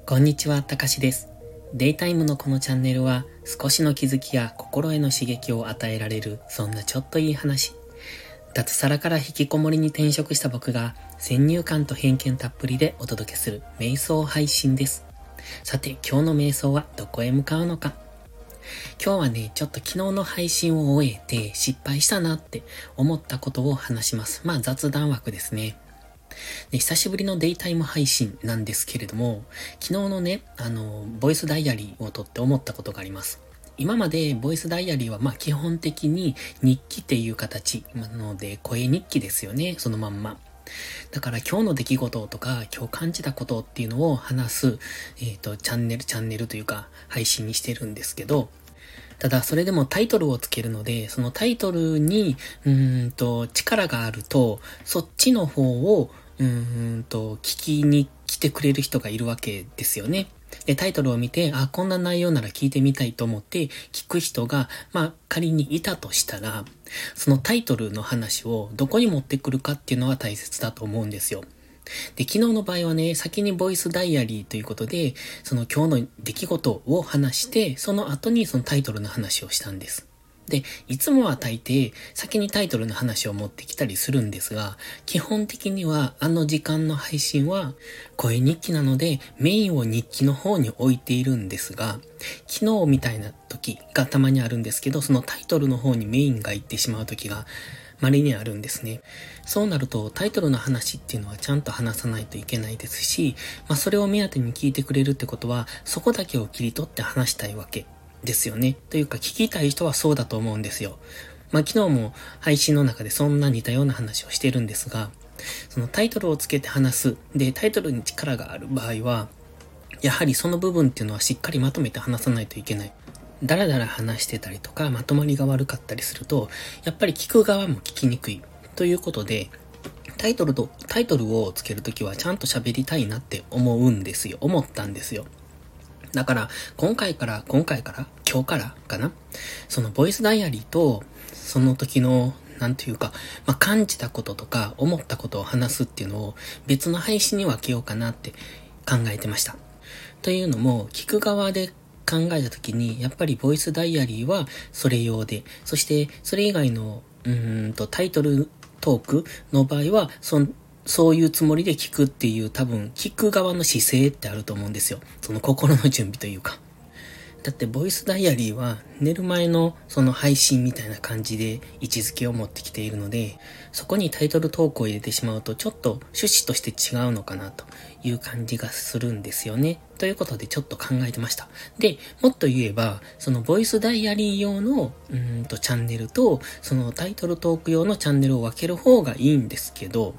こんにちは、たかしです。デイタイムのこのチャンネルは少しの気づきや心への刺激を与えられる、そんなちょっといい話。脱サラから引きこもりに転職した僕が先入観と偏見たっぷりでお届けする瞑想配信です。さて、今日の瞑想はどこへ向かうのか。今日はね、ちょっと昨日の配信を終えて失敗したなって思ったことを話します。雑談枠ですね。で、久しぶりのデイタイム配信なんですけれども、昨日のね、ボイスダイアリーを撮って思ったことがあります。今までボイスダイアリーは基本的に日記っていう形なので、声日記ですよね、そのまんま。だから今日の出来事とか今日感じたことっていうのを話す、チャンネルというか配信にしてるんですけど、ただそれでもタイトルをつけるので、そのタイトルに力があると、そっちの方を聞きに来てくれる人がいるわけですよね。で、タイトルを見て、こんな内容なら聞いてみたいと思って聞く人が、仮にいたとしたら、そのタイトルの話をどこに持ってくるかっていうのは大切だと思うんですよ。で、昨日の場合はね、先にボイスダイアリーということで、その今日の出来事を話して、その後にそのタイトルの話をしたんです。で、いつもは大抵先にタイトルの話を持ってきたりするんですが、基本的にはあの時間の配信は声日記なのでメインを日記の方に置いているんですが、昨日みたいな時がたまにあるんですけど、そのタイトルの方にメインが行ってしまう時が稀にあるんですね。そうなるとタイトルの話っていうのはちゃんと話さないといけないですし、それを目当てに聞いてくれるってことはそこだけを切り取って話したいわけですよね。というか聞きたい人はそうだと思うんですよ。昨日も配信の中でそんな似たような話をしてるんですが、そのタイトルをつけて話す。で、タイトルに力がある場合は、やはりその部分っていうのはしっかりまとめて話さないといけない。だらだら話してたりとか、まとまりが悪かったりすると、やっぱり聞く側も聞きにくい。ということで、タイトルをつけるときはちゃんと喋りたいなって思ったんですよ。だから、今日からかな、そのボイスダイアリーと、その時の、感じたこととか、思ったことを話すっていうのを別の配信に分けようかなって考えてました。というのも、聞く側で考えた時に、やっぱりボイスダイアリーはそれ用で、そしてそれ以外の、タイトルトークの場合は、そういうつもりで聞くっていう多分聞く側の姿勢ってあると思うんですよ。その心の準備というか。だってボイスダイアリーは寝る前のその配信みたいな感じで位置づけを持ってきているので、そこにタイトルトークを入れてしまうとちょっと趣旨として違うのかなという感じがするんですよね。ということでちょっと考えてました。で、もっと言えば、そのボイスダイアリー用のチャンネルと、そのタイトルトーク用のチャンネルを分ける方がいいんですけど、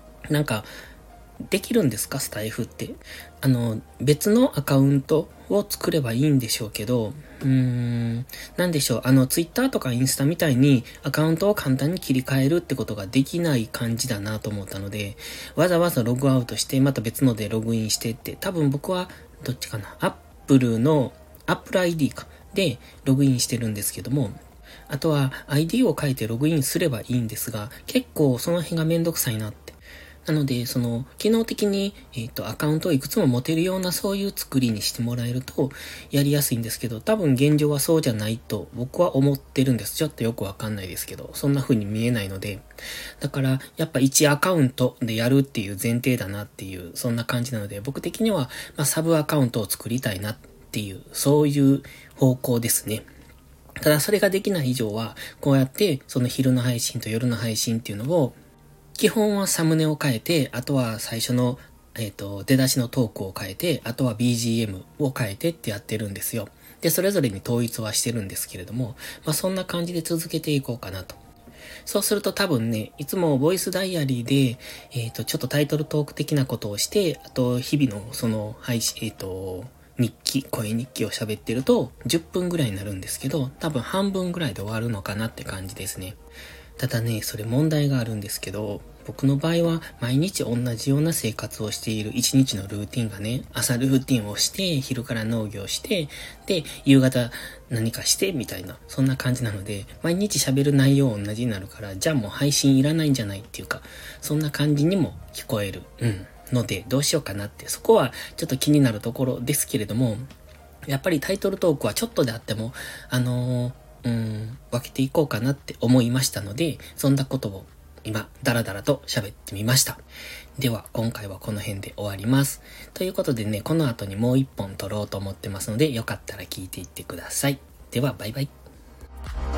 できるんですかスタイフって。別のアカウントを作ればいいんでしょうけど、なんでしょう。ツイッターとかインスタみたいにアカウントを簡単に切り替えるってことができない感じだなと思ったので、わざわざログアウトしてまた別のでログインしてって、多分僕はどっちかな、Apple ID でログインしてるんですけども、あとは ID を書いてログインすればいいんですが、結構その辺がめんどくさいなって。なので、機能的に、アカウントをいくつも持てるようなそういう作りにしてもらえるとやりやすいんですけど、多分現状はそうじゃないと僕は思ってるんです。ちょっとよくわかんないですけど、そんな風に見えないので。だから、やっぱ1アカウントでやるっていう前提だなっていう、そんな感じなので、僕的には、サブアカウントを作りたいなっていう、そういう方向ですね。ただそれができない以上は、こうやってその昼の配信と夜の配信っていうのを、基本はサムネを変えて、あとは最初の、出だしのトークを変えて、あとは BGM を変えてってやってるんですよ。で、それぞれに統一はしてるんですけれども、そんな感じで続けていこうかなと。そうすると多分ね、いつもボイスダイアリーで、ちょっとタイトルトーク的なことをして、あと日々のその配信、声日記を喋ってると10分ぐらいになるんですけど、多分半分ぐらいで終わるのかなって感じですね。ただね、それ問題があるんですけど、僕の場合は毎日同じような生活をしている一日のルーティンがね、朝ルーティンをして、昼から農業して、で、夕方何かして、みたいな、そんな感じなので、毎日喋る内容同じになるから、じゃあもう配信いらないんじゃないっていうか、そんな感じにも聞こえる。 ので、どうしようかなって、そこはちょっと気になるところですけれども、やっぱりタイトルトークはちょっとであっても、分けていこうかなって思いましたので、そんなことを今、だらだらと喋ってみました。では、今回はこの辺で終わります。ということでね、この後にもう一本撮ろうと思ってますので、よかったら聞いていってください。では、バイバイ。